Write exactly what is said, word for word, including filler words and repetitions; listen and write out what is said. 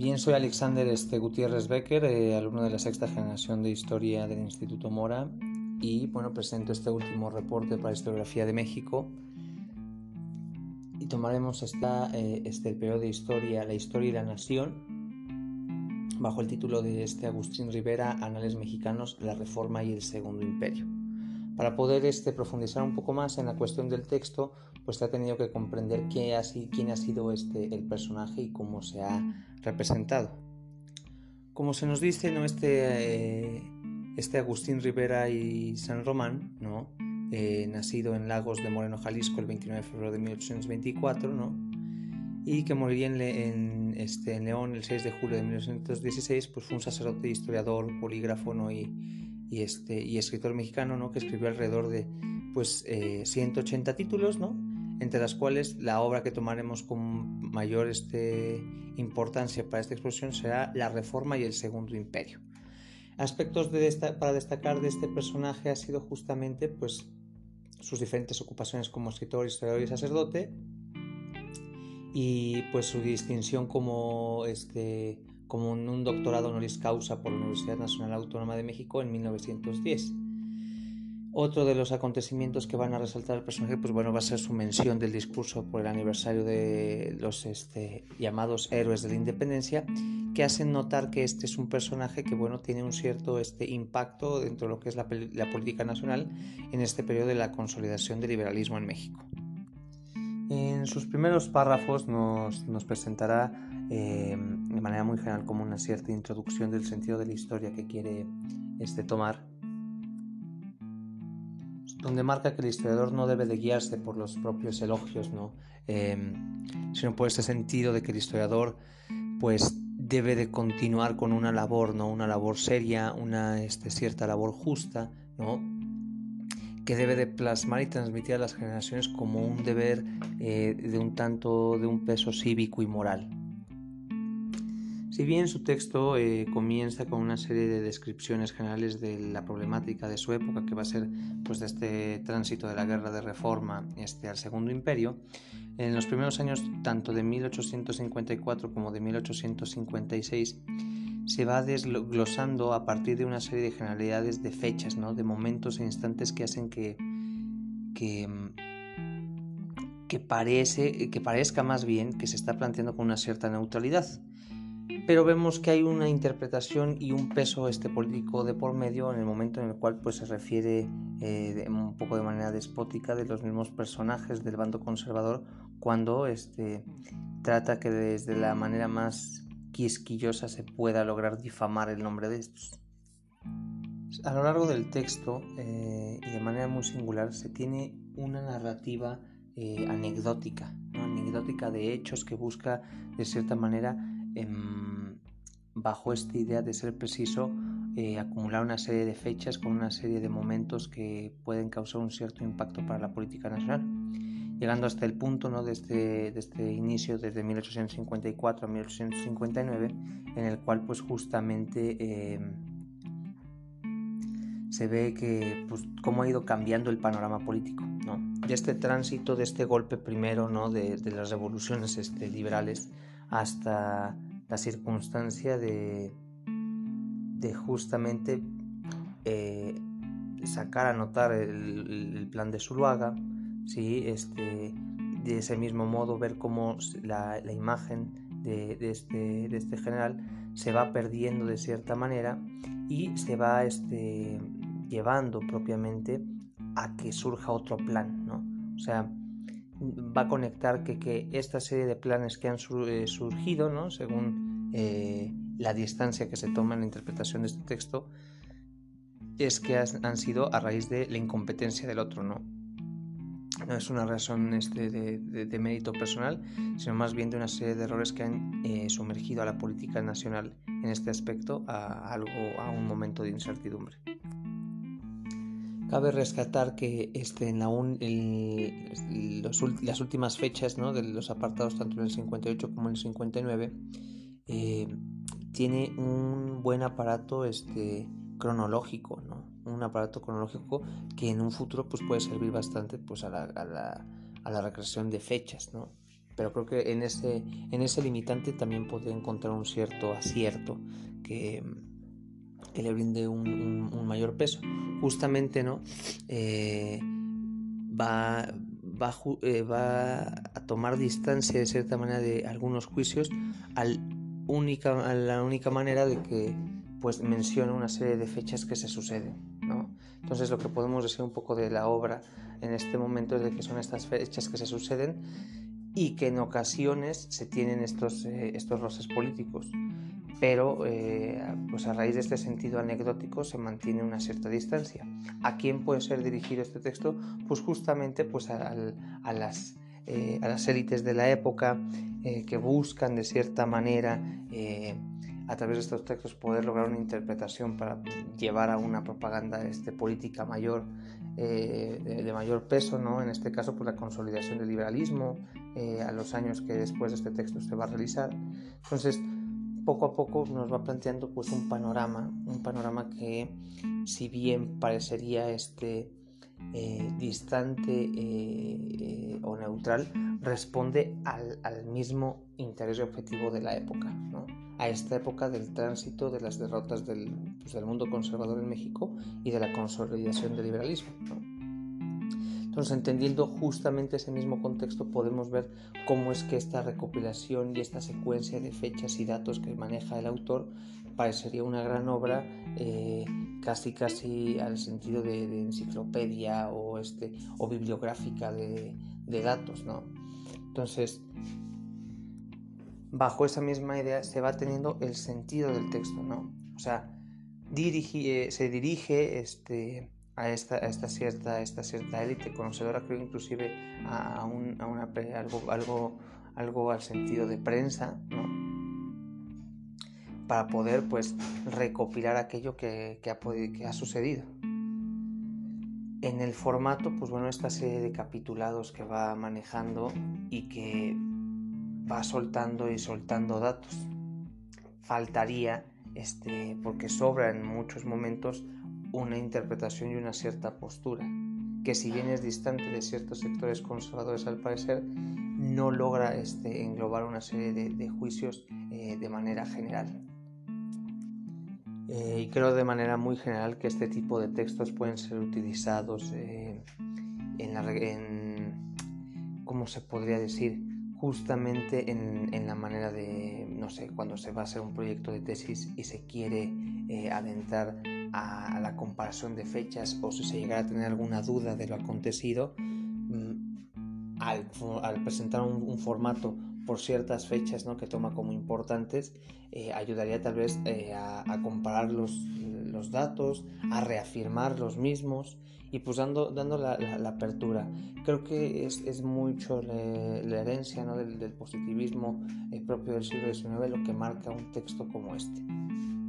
Bien, soy Alexander este, Gutiérrez Becker, eh, alumno de la sexta generación de Historia del Instituto Mora, y bueno, presento este último reporte para Historiografía de México y tomaremos esta, eh, este, el periodo de Historia, la Historia y la Nación, bajo el título de este Agustín Rivera, Anales Mexicanos, la Reforma y el Segundo Imperio. Para poder este, profundizar un poco más en la cuestión del texto, pues se ha tenido que comprender quién ha, quién ha sido este, el personaje y cómo se ha representado. Como se nos dice, ¿no? este, eh, este Agustín Rivera y San Román, ¿no? eh, nacido en Lagos de Moreno, Jalisco, el veintinueve de febrero de mil ochocientos veinticuatro, ¿no? y que moriría en, Le en, este, en León el seis de julio de mil novecientos dieciséis, pues fue un sacerdote, historiador, polígrafo, ¿no? y, y, este, y escritor mexicano, ¿no? que escribió alrededor de pues, eh, ciento ochenta títulos, ¿no? entre las cuales la obra que tomaremos con mayor este, importancia para esta exposición será La Reforma y el Segundo Imperio. Aspectos de esta, para destacar de este personaje ha sido justamente pues, sus diferentes ocupaciones como escritor, historiador y sacerdote, y pues su distinción como, este, como un, un doctorado honoris causa por la Universidad Nacional Autónoma de México en mil novecientos diez. Otro de los acontecimientos que van a resaltar el personaje, pues bueno, va a ser su mención del discurso por el aniversario de los este, llamados héroes de la independencia, que hacen notar que este es un personaje que bueno, tiene un cierto este, impacto dentro de lo que es la, la política nacional en este periodo de la consolidación del liberalismo en México. En sus primeros párrafos nos, nos presentará eh, de manera muy general como una cierta introducción del sentido de la historia que quiere este, tomar, donde marca que el historiador no debe de guiarse por los propios elogios, ¿no? eh, sino por ese sentido de que el historiador pues, debe de continuar con una labor, ¿no? una labor seria, una este, cierta labor justa, ¿no? que debe de plasmar y transmitir a las generaciones como un deber eh, de un tanto de un peso cívico y moral. Si bien su texto eh, comienza con una serie de descripciones generales de la problemática de su época, que va a ser pues, de este tránsito de la guerra de reforma este, al Segundo Imperio, en los primeros años tanto de mil ochocientos cincuenta y cuatro como de mil ochocientos cincuenta y seis se va desglosando a partir de una serie de generalidades de fechas, ¿no? de momentos e instantes que hacen que, que, que, parece, que parezca más bien que se está planteando con una cierta neutralidad. Pero vemos que hay una interpretación y un peso este político de por medio en el momento en el cual pues, se refiere eh, de, un poco de manera despótica de los mismos personajes del bando conservador cuando este, trata que desde la manera más quisquillosa se pueda lograr difamar el nombre de estos. A lo largo del texto eh, y de manera muy singular se tiene una narrativa eh, anecdótica, ¿no? anecdótica de hechos que busca de cierta manera eh, bajo esta idea de ser preciso eh, acumular una serie de fechas con una serie de momentos que pueden causar un cierto impacto para la política nacional, llegando hasta el punto, ¿no? de, este, de este inicio desde mil ochocientos cincuenta y cuatro a mil ochocientos cincuenta y nueve, en el cual pues justamente eh, se ve que pues, cómo ha ido cambiando el panorama político, ¿no? de este tránsito, de este golpe primero, ¿no? de, de las revoluciones este, liberales hasta la circunstancia de, de justamente eh, sacar a notar el, el plan de Zuluaga, ¿sí? este, de ese mismo modo ver cómo la, la imagen de, de, este, de este general se va perdiendo de cierta manera y se va este, llevando propiamente a que surja otro plan, ¿no? O sea, va a conectar que, que esta serie de planes que han sur, eh, surgido, ¿no? según eh, la distancia que se toma en la interpretación de este texto, es que has, han sido a raíz de la incompetencia del otro, ¿no? No es una razón este, de, de, de mérito personal, sino más bien de una serie de errores que han eh, sumergido a la política nacional en este aspecto a, algo, a un momento de incertidumbre. Cabe rescatar que este, en la un, el, los, las últimas fechas, ¿no? de los apartados tanto en el cincuenta y ocho como en el cincuenta y nueve eh, tiene un buen aparato este, cronológico, ¿no? un aparato cronológico que en un futuro pues, puede servir bastante pues, a, la, a, la, a la recreación de fechas, ¿no? pero creo que en ese, en ese limitante también puede encontrar un cierto acierto que, que le brinde un, un, un mayor peso. Justamente, ¿no? Eh, va, va, eh, va a tomar distancia de cierta manera de algunos juicios al única, a la única manera de que pues menciona una serie de fechas que se suceden, ¿no? Entonces lo que podemos decir un poco de la obra en este momento es de que son estas fechas que se suceden y que en ocasiones se tienen estos, eh, estos roces políticos, pero eh, pues a raíz de este sentido anecdótico se mantiene una cierta distancia. ¿A quién puede ser dirigido este texto? Pues justamente pues a, a, las, eh, a las élites de la época eh, que buscan de cierta manera eh, a través de estos textos poder lograr una interpretación para llevar a una propaganda este, política mayor, eh, de, de mayor peso, ¿no? En este caso pues la consolidación del liberalismo eh, a los años que después de este texto se va a realizar. Entonces poco a poco nos va planteando pues un panorama, un panorama que si bien parecería este eh, distante eh, eh, o neutral, responde al, al mismo interés y objetivo de la época, ¿no? A esta época del tránsito de las derrotas del, pues, del mundo conservador en México y de la consolidación del liberalismo, ¿no? Entonces, entendiendo justamente ese mismo contexto, podemos ver cómo es que esta recopilación y esta secuencia de fechas y datos que maneja el autor parecería una gran obra, eh, casi casi al sentido de, de enciclopedia o, este, o bibliográfica de, de datos, ¿no? Entonces, bajo esa misma idea se va teniendo el sentido del texto, ¿no? O sea, dirige, se dirige este, a, esta, a esta cierta, esta cierta élite conocedora, creo inclusive a, a, un, a una, algo, algo, algo al sentido de prensa, ¿no? Para poder pues recopilar aquello que, que, ha, que ha sucedido. En el formato, pues bueno, esta serie de capitulados que va manejando y que va soltando y soltando datos. Faltaría, este, porque sobra en muchos momentos una interpretación y una cierta postura, que si bien es distante de ciertos sectores conservadores al parecer, no logra este, englobar una serie de, de juicios eh, de manera general. Eh, y creo de manera muy general que este tipo de textos pueden ser utilizados eh, en la... En, ¿cómo se podría decir? Justamente en, en la manera de, no sé, cuando se va a hacer un proyecto de tesis y se quiere eh, adentrar a, a la comparación de fechas, o si se llegara a tener alguna duda de lo acontecido, mmm, al, al presentar un, un formato por ciertas fechas, ¿no?, que toma como importantes, eh, ayudaría tal vez eh, a, a comparar los, los datos, a reafirmar los mismos y pues dando, dando la, la, la apertura. Creo que es, es mucho la, la herencia, ¿no?, del, del positivismo eh, propio del siglo diecinueve lo que marca un texto como este.